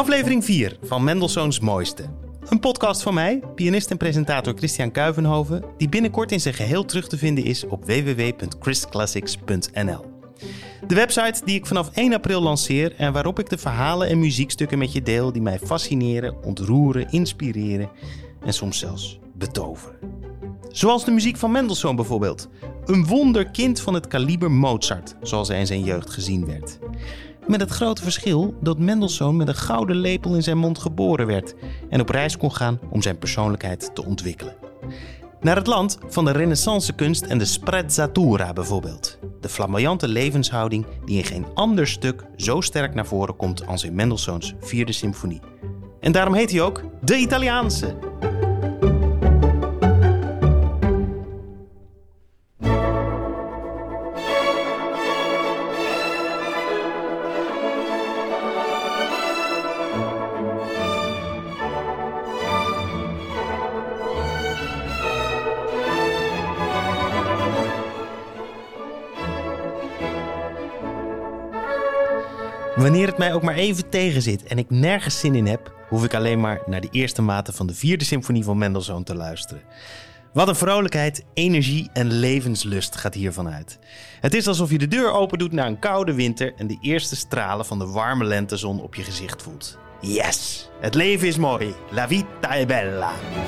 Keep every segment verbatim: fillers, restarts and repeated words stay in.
Aflevering vier van Mendelssohn's Mooiste. Een podcast van mij, pianist en presentator Christian Kuyvenhoven, die binnenkort in zijn geheel terug te vinden is op w w w punt chris classics punt n l. De website die ik vanaf één april lanceer en waarop ik de verhalen en muziekstukken met je deel die mij fascineren, ontroeren, inspireren en soms zelfs betoveren. Zoals de muziek van Mendelssohn bijvoorbeeld. Een wonderkind van het kaliber Mozart, zoals hij in zijn jeugd gezien werd. Met het grote verschil dat Mendelssohn met een gouden lepel in zijn mond geboren werd en op reis kon gaan om zijn persoonlijkheid te ontwikkelen. Naar het land van de renaissancekunst en de sprezzatura bijvoorbeeld. De flamboyante levenshouding die in geen ander stuk zo sterk naar voren komt als in Mendelssohns vierde symfonie. En daarom heet hij ook de Italiaanse. Wanneer het mij ook maar even tegenzit en ik nergens zin in heb, hoef ik alleen maar naar de eerste maten van de vierde symfonie van Mendelssohn te luisteren. Wat een vrolijkheid, energie en levenslust gaat hiervan uit. Het is alsof je de deur open doet naar een koude winter en de eerste stralen van de warme lentezon op je gezicht voelt. Yes! Het leven is mooi. La vita è bella.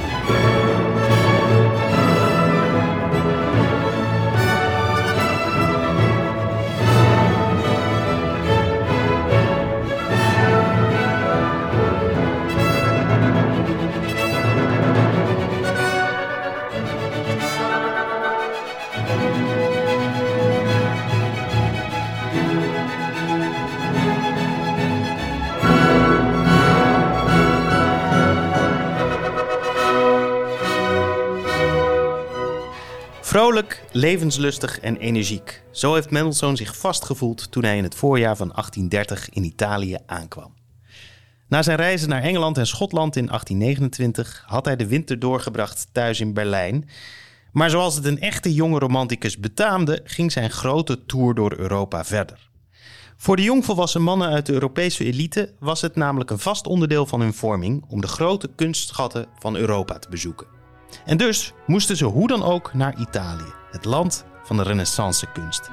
Vrolijk, levenslustig en energiek. Zo heeft Mendelssohn zich vastgevoeld toen hij in het voorjaar van achttien dertig in Italië aankwam. Na zijn reizen naar Engeland en Schotland in achttien negenentwintig had hij de winter doorgebracht thuis in Berlijn. Maar zoals het een echte jonge romanticus betaamde, ging zijn grote tour door Europa verder. Voor de jongvolwassen mannen uit de Europese elite was het namelijk een vast onderdeel van hun vorming om de grote kunstschatten van Europa te bezoeken. En dus moesten ze hoe dan ook naar Italië, het land van de renaissancekunst.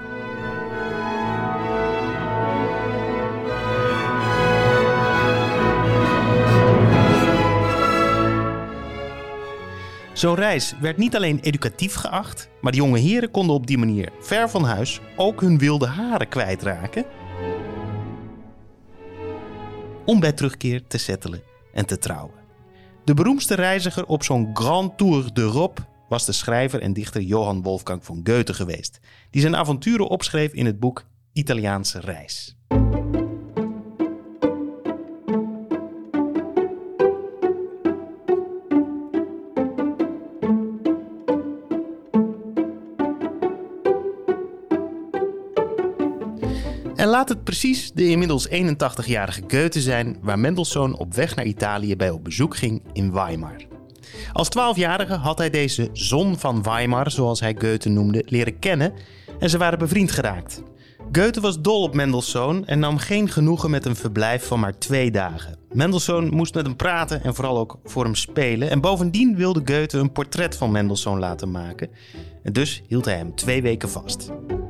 Zo'n reis werd niet alleen educatief geacht, maar de jonge heren konden op die manier ver van huis ook hun wilde haren kwijtraken om bij terugkeer te settelen en te trouwen. De beroemdste reiziger op zo'n Grand Tour d'Europe was de schrijver en dichter Johann Wolfgang von Goethe geweest, die zijn avonturen opschreef in het boek Italiaanse Reis. En laat het precies de inmiddels eenentachtigjarige Goethe zijn waar Mendelssohn op weg naar Italië bij op bezoek ging in Weimar. Als twaalfjarige had hij deze zon van Weimar, zoals hij Goethe noemde, leren kennen en ze waren bevriend geraakt. Goethe was dol op Mendelssohn en nam geen genoegen met een verblijf van maar twee dagen. Mendelssohn moest met hem praten en vooral ook voor hem spelen en bovendien wilde Goethe een portret van Mendelssohn laten maken en dus hield hij hem twee weken vast.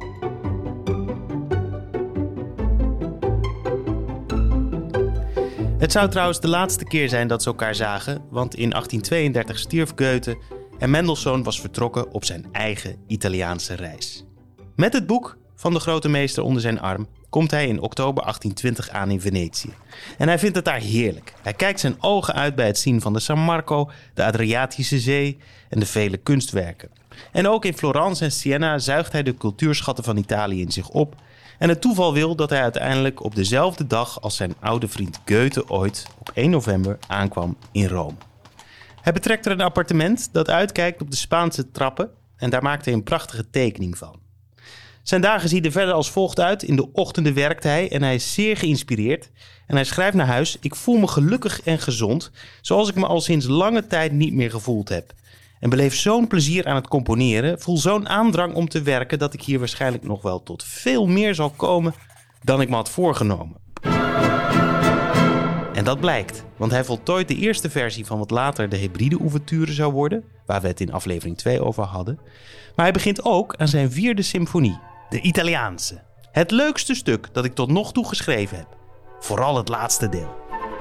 Het zou trouwens de laatste keer zijn dat ze elkaar zagen, want in achttien tweeëndertig stierf Goethe en Mendelssohn was vertrokken op zijn eigen Italiaanse reis. Met het boek van de grote meester onder zijn arm komt hij in oktober achttien twintig aan in Venetië. En hij vindt het daar heerlijk. Hij kijkt zijn ogen uit bij het zien van de San Marco, de Adriatische Zee en de vele kunstwerken. En ook in Florence en Siena zuigt hij de cultuurschatten van Italië in zich op. En het toeval wil dat hij uiteindelijk op dezelfde dag als zijn oude vriend Goethe ooit op één november aankwam in Rome. Hij betrekt er een appartement dat uitkijkt op de Spaanse trappen en daar maakt hij een prachtige tekening van. Zijn dagen zien er verder als volgt uit. In de ochtenden werkt hij en hij is zeer geïnspireerd. En hij schrijft naar huis: ik voel me gelukkig en gezond, zoals ik me al sinds lange tijd niet meer gevoeld heb. En beleef zo'n plezier aan het componeren, voel zo'n aandrang om te werken dat ik hier waarschijnlijk nog wel tot veel meer zal komen dan ik me had voorgenomen. En En dat blijkt, want hij voltooit de eerste versie van wat later de Hebride ouverture zou worden, waar we het in aflevering twee over hadden. Maar hij begint ook aan zijn vierde symfonie, de Italiaanse. Het leukste stuk dat ik tot nog toe geschreven heb. Vooral het laatste deel.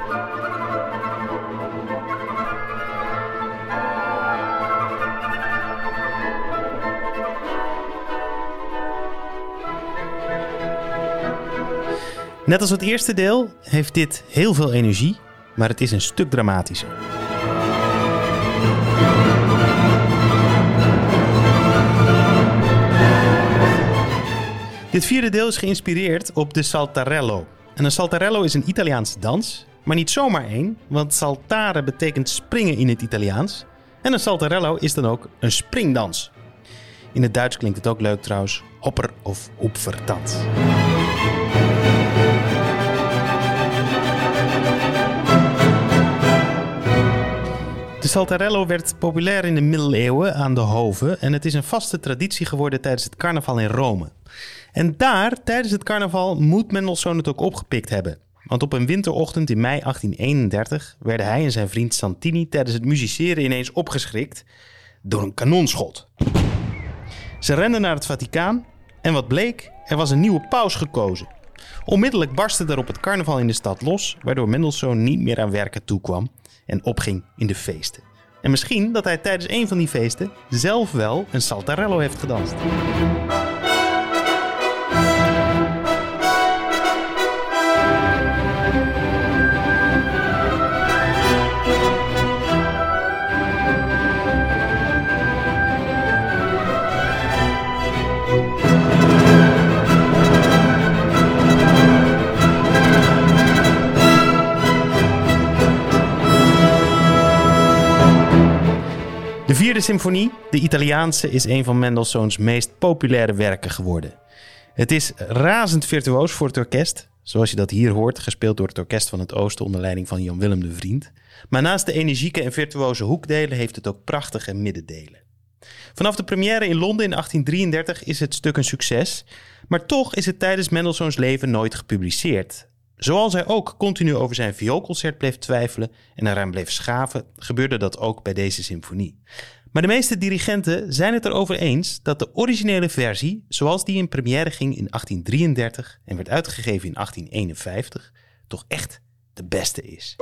Net als het eerste deel heeft dit heel veel energie, maar het is een stuk dramatischer. Dit vierde deel is geïnspireerd op de saltarello. En een saltarello is een Italiaanse dans, maar niet zomaar één, want saltare betekent springen in het Italiaans. En een saltarello is dan ook een springdans. In het Duits klinkt het ook leuk trouwens, hopper of hoepverdans. De saltarello werd populair in de middeleeuwen aan de hoven en het is een vaste traditie geworden tijdens het carnaval in Rome. En daar, tijdens het carnaval, moet Mendelssohn het ook opgepikt hebben. Want op een winterochtend in mei achttien eenendertig werden hij en zijn vriend Santini tijdens het musiceren ineens opgeschrikt door een kanonschot. Ze renden naar het Vaticaan en wat bleek, er was een nieuwe paus gekozen. Onmiddellijk barstte daarop het carnaval in de stad los, waardoor Mendelssohn niet meer aan werken toekwam en opging in de feesten. En misschien dat hij tijdens een van die feesten zelf wel een saltarello heeft gedanst. De vierde symfonie, de Italiaanse, is een van Mendelssohns meest populaire werken geworden. Het is razend virtuoos voor het orkest, zoals je dat hier hoort, gespeeld door het Orkest van het Oosten onder leiding van Jan Willem de Vriend. Maar naast de energieke en virtuoze hoekdelen heeft het ook prachtige middendelen. Vanaf de première in Londen in achttien drieëndertig is het stuk een succes, maar toch is het tijdens Mendelssohns leven nooit gepubliceerd. Zoals hij ook continu over zijn vioolconcert bleef twijfelen en eraan bleef schaven, gebeurde dat ook bij deze symfonie. Maar de meeste dirigenten zijn het erover eens dat de originele versie, zoals die in première ging in achttien drieëndertig en werd uitgegeven in achttien eenenvijftig, toch echt de beste is.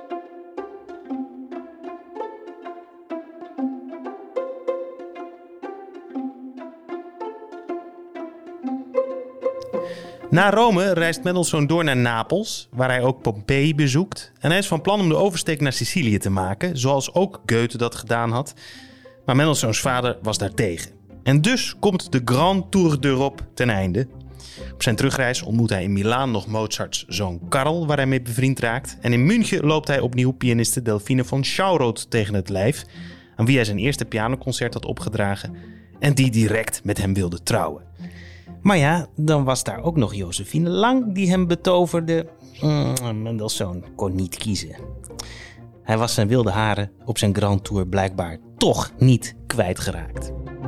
Na Rome reist Mendelssohn door naar Napels, waar hij ook Pompeii bezoekt. En hij is van plan om de oversteek naar Sicilië te maken, zoals ook Goethe dat gedaan had. Maar Mendelssohns vader was daartegen. En dus komt de Grand Tour d'Europe ten einde. Op zijn terugreis ontmoet hij in Milaan nog Mozarts zoon Karl, waar hij mee bevriend raakt. En in München loopt hij opnieuw pianiste Delphine von Schauroth tegen het lijf, aan wie hij zijn eerste pianoconcert had opgedragen en die direct met hem wilde trouwen. Maar ja, dan was daar ook nog Josephine Lang die hem betoverde. Mm, Mendelssohn kon niet kiezen. Hij was zijn wilde haren op zijn Grand Tour blijkbaar toch niet kwijtgeraakt.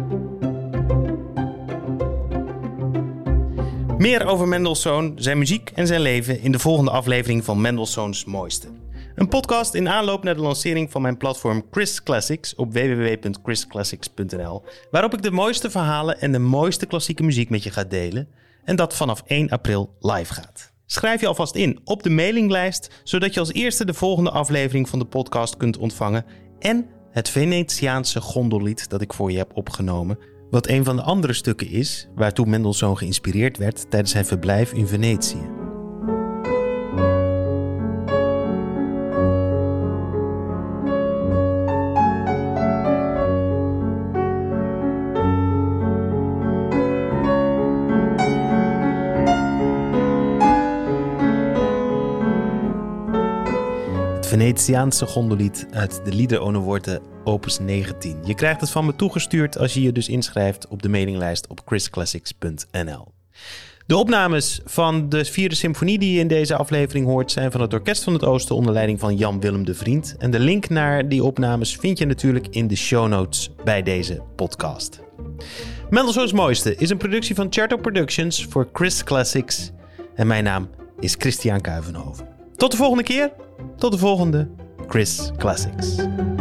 Meer over Mendelssohn, zijn muziek en zijn leven in de volgende aflevering van Mendelssohns Mooiste. Een podcast in aanloop naar de lancering van mijn platform Chris Classics op w w w punt chris classics punt n l, waarop ik de mooiste verhalen en de mooiste klassieke muziek met je ga delen en dat vanaf één april live gaat. Schrijf je alvast in op de mailinglijst, zodat je als eerste de volgende aflevering van de podcast kunt ontvangen en het Venetiaanse gondellied dat ik voor je heb opgenomen, wat een van de andere stukken is waartoe Mendelssohn geïnspireerd werd tijdens zijn verblijf in Venetië. Venetiaanse gondellied uit de Lieder ohne Worte opus negentien. Je krijgt het van me toegestuurd als je je dus inschrijft op de mailinglijst op chris classics punt n l. De opnames van de vierde symfonie die je in deze aflevering hoort zijn van het Orkest van het Oosten onder leiding van Jan Willem de Vriend. En de link naar die opnames vind je natuurlijk in de show notes bij deze podcast. Mendelssohns Mooiste is een productie van Charto Productions voor Chris Classics. En mijn naam is Christian Kuivenhoven. Tot de volgende keer. Tot de volgende Chris Classics.